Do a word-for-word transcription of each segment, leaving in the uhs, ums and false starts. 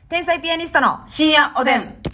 天才ピアニストの深夜おでん。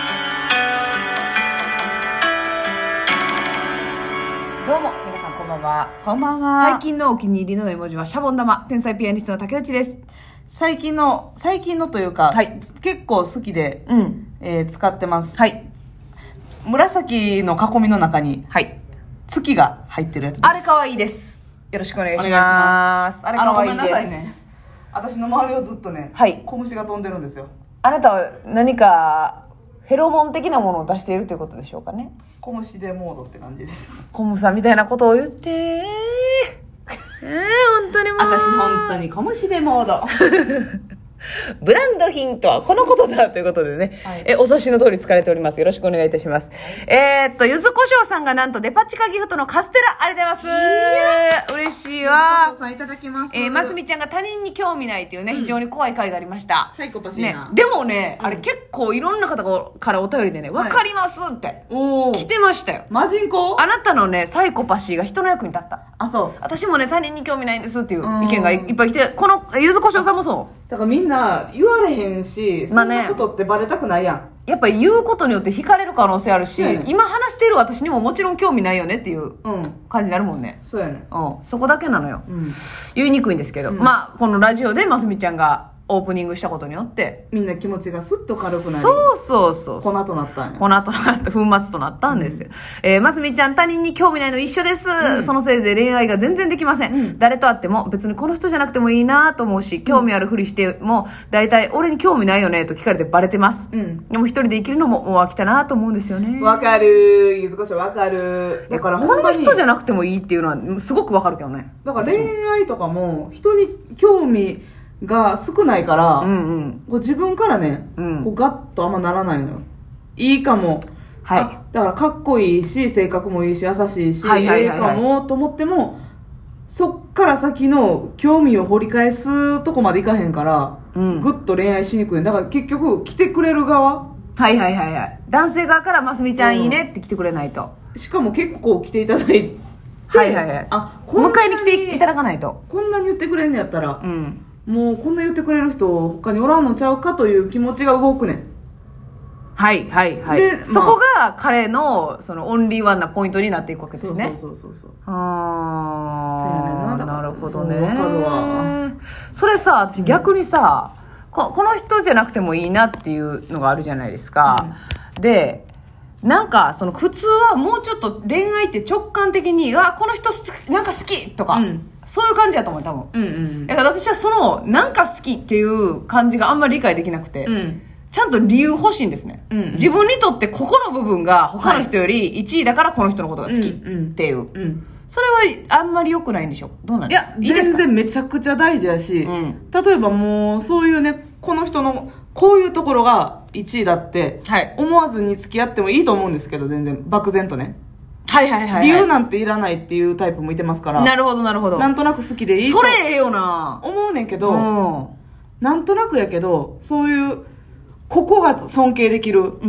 どうも皆さんこんばんは。 こんばんは。 最近のお気に入りの絵文字はシャボン玉。天才ピアニストの竹内です。 最近の最近のというか、 はい、 結構好きで、 うんえー、使ってます。 はい。 紫の囲みの中に、はい、月が入ってるやつです。 あれ可愛いです。よろしくお願いします。あれ可愛いです。あのごめんなさいね。 私の周りをずっとね、はい、小虫が飛んでるんですよ。 あなたは何かフェロモン的なものを出しているということでしょうかね。 小虫でモードって感じです。 小虫さんみたいなことを言ってえー、本当にもう私本当に小虫でモードブランド品とはこのことだということでね、はい、えお察しの通り疲れております。よろしくお願いいたします。はい、えー、っとゆずこしょうさんがなんとデパ地下ギフトのカステラありがとうございます。嬉しいわ。 ゆずこしょうさんいただきます。 えー、ますみちゃんが他人に興味ないっていうね、うん、非常に怖い回がありました。 サイコパシーな、 ね、でもね、うん、あれ結構いろんな方からお便りでね、わかりますって、はい、来てましたよ。 マジンコ？ あなたのねサイコパシーが人の役に立った。 あ、そう。 私もね他人に興味ないんですっていう意見がいっぱい来て、このゆずこしょうさんもそう。 だからみんな言われへんし、そんなことってバレたくないやん。 やっぱり言うことによって惹かれる可能性あるし、ね、今話している私にももちろん興味ないよねっていう感じになるもんね。 そうやね。 うん、そこだけなのよ。うん、言いにくいんですけど、うん、まあこのラジオでますみちゃんがオープニングしたことによってみんな気持ちがスッと軽くなり、 そうそうそう粉となったんや。 粉となった粉末となったんですよ。うん、えー、ますみちゃん他人に興味ないの一緒です。うん、そのせいで恋愛が全然できません。うん、誰と会っても別にこの人じゃなくてもいいなと思うし、興味あるふりしても大体俺に興味ないよねと聞かれてバレてます。うん、でも一人で生きるのももう飽きたなと思うんですよね。 わかる、ゆずこしょうわかる。だからこの人じゃなくてもいいっていうのはすごくわかるけどね。 だから恋愛とかも人に興味が少ないから、うんうん、こう自分からね、うん、こうガッとあんまならないのよ。いいかも、はい、だからかっこいいし性格もいいし優しいし、はいはいはいはい、いいかもと思ってもそっから先の興味を掘り返すとこまでいかへんから、うん、ぐっと恋愛しにくい。だから結局来てくれる側、 はいはいはいはい、男性側からますみちゃんいいねって来てくれないと、 うん、しかも結構来ていただいて、 はいはいはい、あ、迎えに来ていただかないと、 こんなに言ってくれんのやったら、うん、もうこんな言ってくれる人他におらんのちゃうかという気持ちが動くねん。 はいはいはい。で、まあ、そこが彼のそのオンリーワンなポイントになっていくわけですね。 そうそうそうそう。 ああ、 そうやねんな。 なるほどね。 わかるわ。 それさ、私逆にさ、うん、こ、この人じゃなくてもいいなっていうのがあるじゃないですか。うん、で、なんかその普通はもうちょっと恋愛って直感的に、あ、この人なんか好きとか。うん、そういう感じやと思う、多分。うんうん、だから私はその、なんか好きっていう感じがあんまり理解できなくて、うん、ちゃんと理由欲しいんですね、うんうん。自分にとってここの部分が他の人よりいちいだからこの人のことが好きっていう。うんうん、それはあんまり良くないんでしょ？どうなんですか？ いや、全然めちゃくちゃ大事やし、うん、例えばもうそういうね、この人のこういうところがいちいだって、はい、思わずに付き合ってもいいと思うんですけど、全然漠然とね。 はいはいはい、はい、 理由なんていらないっていうタイプもいてますから。 なるほどなるほど。 なんとなく好きでいいとそれええよな思うねんけど、うん、なんとなくやけど、そういうここが尊敬できる、うん、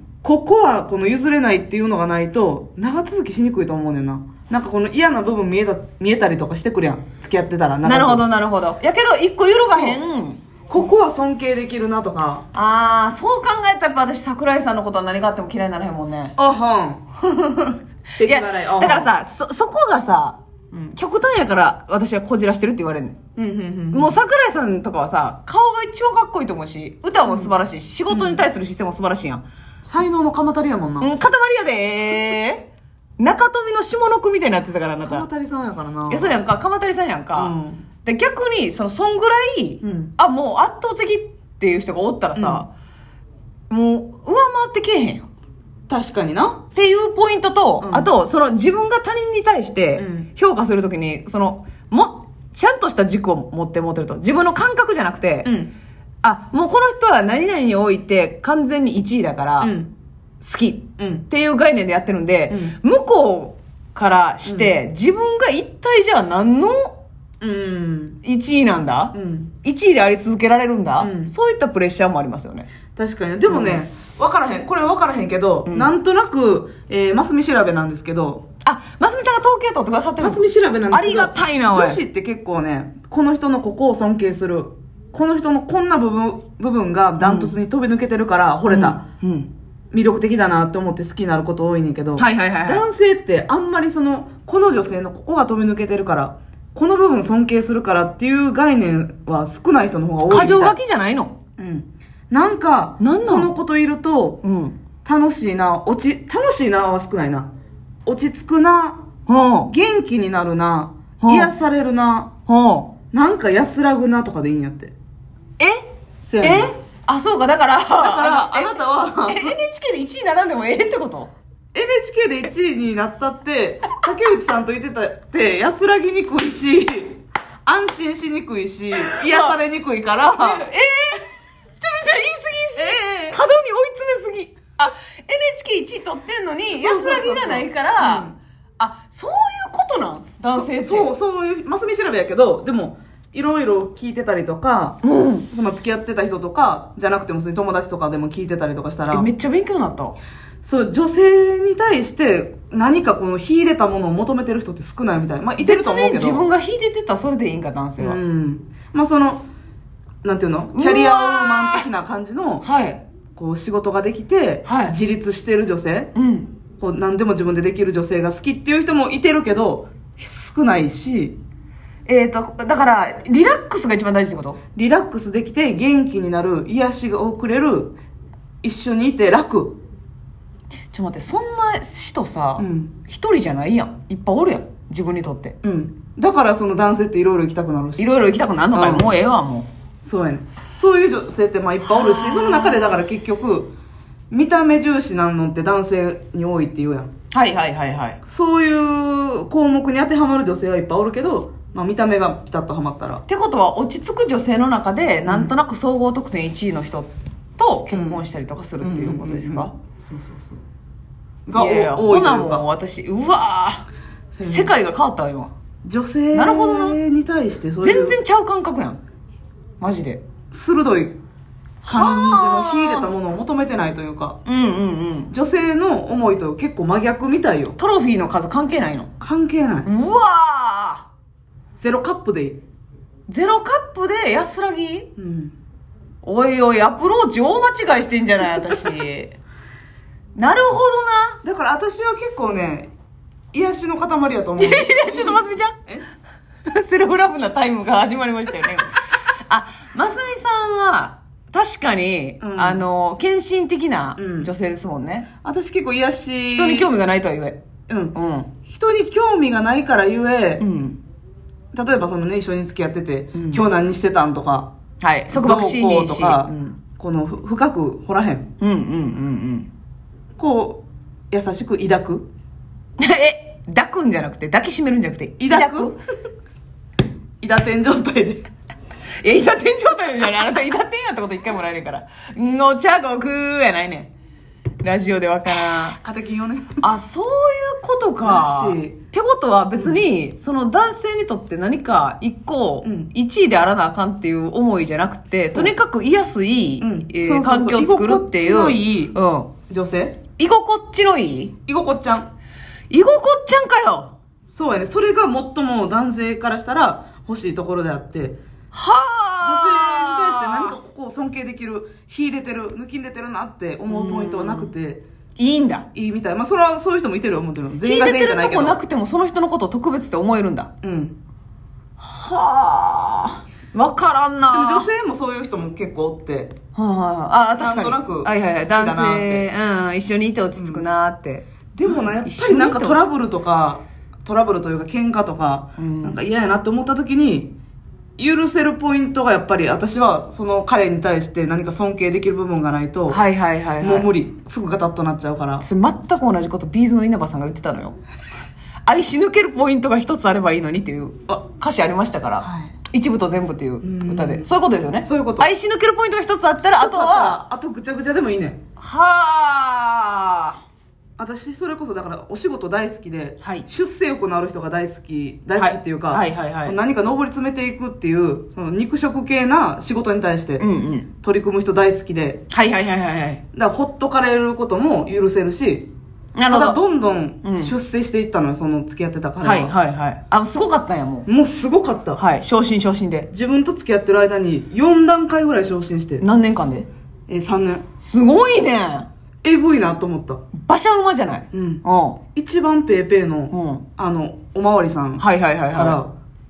ここはこの譲れないっていうのがないと長続きしにくいと思うねんな。なんかこの嫌な部分見えた見えたりとかしてくるやん、付き合ってたら。 なるほどなるほど。やけど一個揺るがへん、 ここは尊敬できるなとか。 ああ、そう考えたらやっぱ私桜井さんのことは何があっても嫌いにならへんもんね。 あはんいやだからさ、そそこがさ、うん、極端やから私はこじらしてるって言われるねん、うんうんうん、もう桜井さんとかはさ顔が一番かっこいいと思うし、歌も素晴らしいし、うん、仕事に対する姿勢も素晴らしいやん、うん、 才能のかまたりやもんな。 うん、塊やでー中富の下の句みたいになってたから。なんかかまたりさんやからな。 いやそうやんか、かまたりさんやんか、うん、で逆にそのそんぐらい、うん、あもう圧倒的っていう人がおったらさ、うん、もう上回ってけえへんよ。 確かになっていうポイントと、うん、あとその自分が他人に対して評価するときに、そのもちゃんとした軸を持って持ってると、自分の感覚じゃなくて、うん、あもうこの人は何々において完全にいちいだから、うん、好きっていう概念でやってるんで、うん、向こうからして、うん、自分が一体じゃあ何のいちいなんだ、うん、いちいであり続けられるんだ、うん、そういったプレッシャーもありますよね。 確かに。でもね、うん、分からへん、これ分からへんけど、うん、なんとなく、えー、マスミ調べなんですけど、 あ、マスミさんが統計取ってくださってる。 マスミ調べなんですけど、 ありがたいな。 女子って結構ね、この人のここを尊敬するこの人のこんな部分部分がダントツに飛び抜けてるから惚れた、うんうん、魅力的だなって思って好きになること多いねんけど、 はいはいはいはい、 男性ってあんまりそのこの女性のここが飛び抜けてるからこの部分尊敬するからっていう概念は少ない人の方が多いみたい。 過剰書きじゃないの？ うん。なんかなんこの子といると、うん、楽しいな、落ち楽しいなは少ないな、落ち着くな、元気になるな、癒されるな、なんか安らぐなとかでいいんやって。 ええあ、そうか。だからだからあなたはエヌエイチケー でいちいにならんでもええってこと？ エヌエイチケー でいちいになったって竹内さんと言ってたって安らぎにくいし安心しにくいし癒されにくいからえー、ちょっと言い過ぎ言い過ぎ、えー、過度に追い詰めすぎ。あ、エヌエイチケーいちい取ってんのに安らぎがないから、うん、あ、そういうことなん？男性ってそう、そういうマスミ調べやけど、でもいろいろ聞いてたりとか、うん、その付き合ってた人とかじゃなくても友達とかでも聞いてたりとかしたらめっちゃ勉強になった。 そう女性に対して何かこの秀でたものを求めてる人って少ないみたいな、まあいてると思うけど、 別に自分が秀でてたらそれでいいんか男性は、 うん、まあそのなんていうのキャリアウーマン的な感じの、はい、こう仕事ができて、はい、自立してる女性、うん、こう何でも自分でできる女性が好きっていう人もいてるけど少ないし、 えーと、だから、リラックスが一番大事ってこと？ リラックスできて、元気になる、癒しが遅れる、一緒にいて楽。 ちょっと待って、そんな人さ、一、うん、人じゃないやん。いっぱいおるやん。自分にとって。 うん。だからその男性っていろいろ行きたくなるし。 いろいろ行きたくなるのかよ。もうええわ、もう。そうやね。そういう女性ってまあいっぱいおるし、その中でだから結局、見た目重視なのって男性に多いって言うやん。 はいはいはいはい。 そういう項目に当てはまる女性はいっぱいおるけど、まあ、見た目がピタッとはまったらってことは落ち着く女性の中でなんとなく総合得点いちいの人と結婚したりとかするっていうことですか？ そうそうそうがいやいや多いというか、ほなもう私うわー世界が変わったわ今。 女性に対してそういう全然ちゃう感覚やんマジで。 鋭い感じの秀でたものを求めてないというか、うんうんうん、女性の思いと結構真逆みたいよ。 トロフィーの数関係ないの？ 関係ない。 うわーゼロカップでいい。 ゼロカップで安らぎ、うん、おいおいアプローチ大間違いしてんじゃない私なるほどな。 だから私は結構ね癒しの塊やと思う。いやちょっとますみちゃんえセルフラブなタイムが始まりましたよねあ、ますみさんは確かに、うん、あの献身的な女性ですもんね、 うん、私結構癒し人に興味がないとは言え、 うんうん、人に興味がないから言え、うん例えばそのね一緒に付き合ってて、うん、今日何してたんとか、 はい、束縛しいとか、うん、この深く掘らへん、うんうんうんうん、こう優しく抱くえ抱くんじゃなくて抱きしめるんじゃなくて抱くいだてん状態でいやいだてん状態じゃないあなたいだてんやったこと一回もないねんからお茶ごくやないねんラジオでわからん。 カテキンをね。 あ、そういうことか。ってことは別に、うん、その男性にとって何か一個、いちいであらなあかんっていう思いじゃなくて、うん、とにかく居やすい、うんえー、そうそうそう環境を作るっていう。居心地のいい、うん、女性居心地のいい居心地ちゃん。 居心地ちゃんかよ。 そうやね。それが最も男性からしたら欲しいところであって。 はあ。 女性に対して何かここを尊敬できる、秀でてる、抜きんでてるなって思うポイントはなくて。 いいんだ。 いいみたい。まあそれはそういう人もいてるよ、もちろん。 全員が全員じゃないけど。秀でてるとこなくてもその人のことを特別って思えるんだ。うん。はあ。わからんな。 でも女性もそういう人も結構おって。 はあ、はあ、あ、確かに。 なんとなく。 はいはいはい。男性、うん、一緒にいて落ち着くなって。 うん、でもな、やっぱりなんかトラブルとか、トラブルというか喧嘩とか、うん、なんか嫌やなって思った時に、許せるポイントがやっぱり私はその彼に対して何か尊敬できる部分がないと、 はいはいはい、はい、 もう無理。すぐガタッとなっちゃうから。 それ全く同じことビーズの稲葉さんが言ってたのよ。愛し抜けるポイントが一つあればいいのにっていう歌詞ありましたから。はい、一部と全部っていう歌で。そういうことですよね。 そういうこと。 愛し抜けるポイントが一つあったら、あとは。 あとぐちゃぐちゃでもいいね。 はー。 私それこそだからお仕事大好きで、はい、出世欲のある人が大好き大好きっていうか、はいはいはいはい、何か上り詰めていくっていうその肉食系な仕事に対して取り組む人大好きで、 はいはいはいはい、 だからほっとかれることも許せるし、 ただどんどん出世していったのよ、その付き合ってた彼は。 はいはいはい。あ、すごかったんや、もう。もうすごかった。 はい、昇進昇進で。 自分と付き合ってる間によん段階ぐらい昇進して。 何年間で？ えー、さんねん。 すごいね。 えぐいなと思った。 馬車馬じゃない。 うん。一番ペーペーの、うん、あの、おまわりさんから、はいはいはいはい、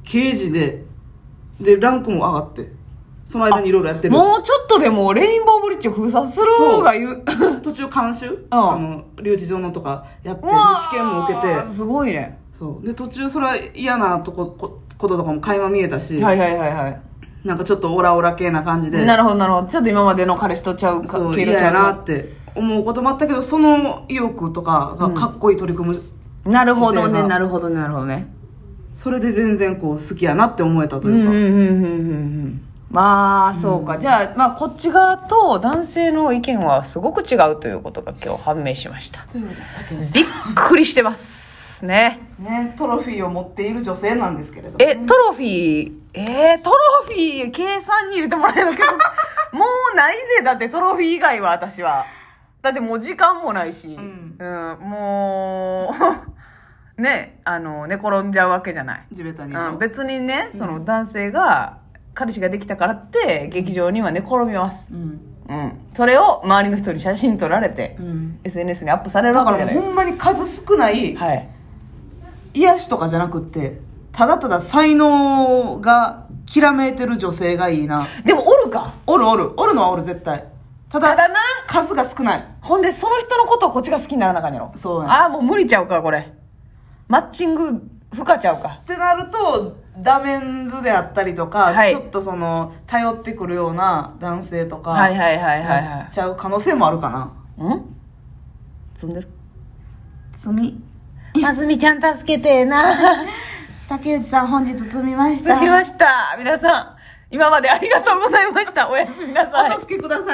刑事で、で、ランクも上がって、その間にいろいろやってる。 もうちょっとでもレインボーブリッジを封鎖するが言う。 途中監修、うん、あの、留置場のとかやって、試験も受けて。 すごいね。 そう。で、途中それは嫌なとこ、こととかも垣間見えたし。 はいはいはいはい。 なんかちょっとオラオラ系な感じで。 なるほどなるほど。ちょっと今までの彼氏とちゃうか、 そう、嫌やなって思うこともあったけど、その意欲とかがかっこいい取り組む、 うん、なるほどね、なるほどね、なるほどね。 それで全然こう好きやなって思えたというか。うんうんうんうんうん。 まあ、そうか。うん、じゃあ、まあ、こっち側と男性の意見はすごく違うということが今日判明しました。びっくりしてます。ね。 ね、トロフィーを持っている女性なんですけれども、 ね。え、トロフィー、えー、トロフィー、計算に入れてもらえるけど、もうないぜ、だってトロフィー以外は私は。だってもう時間もないし、うん、うん、もう、ね、あの、寝転んじゃうわけじゃない。 地べたに。 うん、別にね、その男性が、彼氏ができたからって、劇場には寝転びます。うん。うん。それを周りの人に写真撮られて、うん、エスエヌエス にアップされるわけじゃないですか。 だからほんまに数少ない、はい。癒しとかじゃなくって、ただただ才能がきらめいてる女性がいいな。 でもおるか。 おるおる。おるのはおる、絶対。ただ、 ただな。 数が少ない。 ほんで、その人のことをこっちが好きにならなあかんやろ。 そうや。 ああ、もう無理ちゃうから、これ。マッチング不可ちゃうか。 ってなると、ダメンズであったりとか、はい、ちょっとその、頼ってくるような男性とか、 はいはいはいはい、はい。 やっちゃう可能性もあるかな。 ん積んでる積み。 まずみちゃん助けてーな。 竹内さん本日積みました。 積みました。皆さん、今までありがとうございました。おやすみなさい。 お助けください。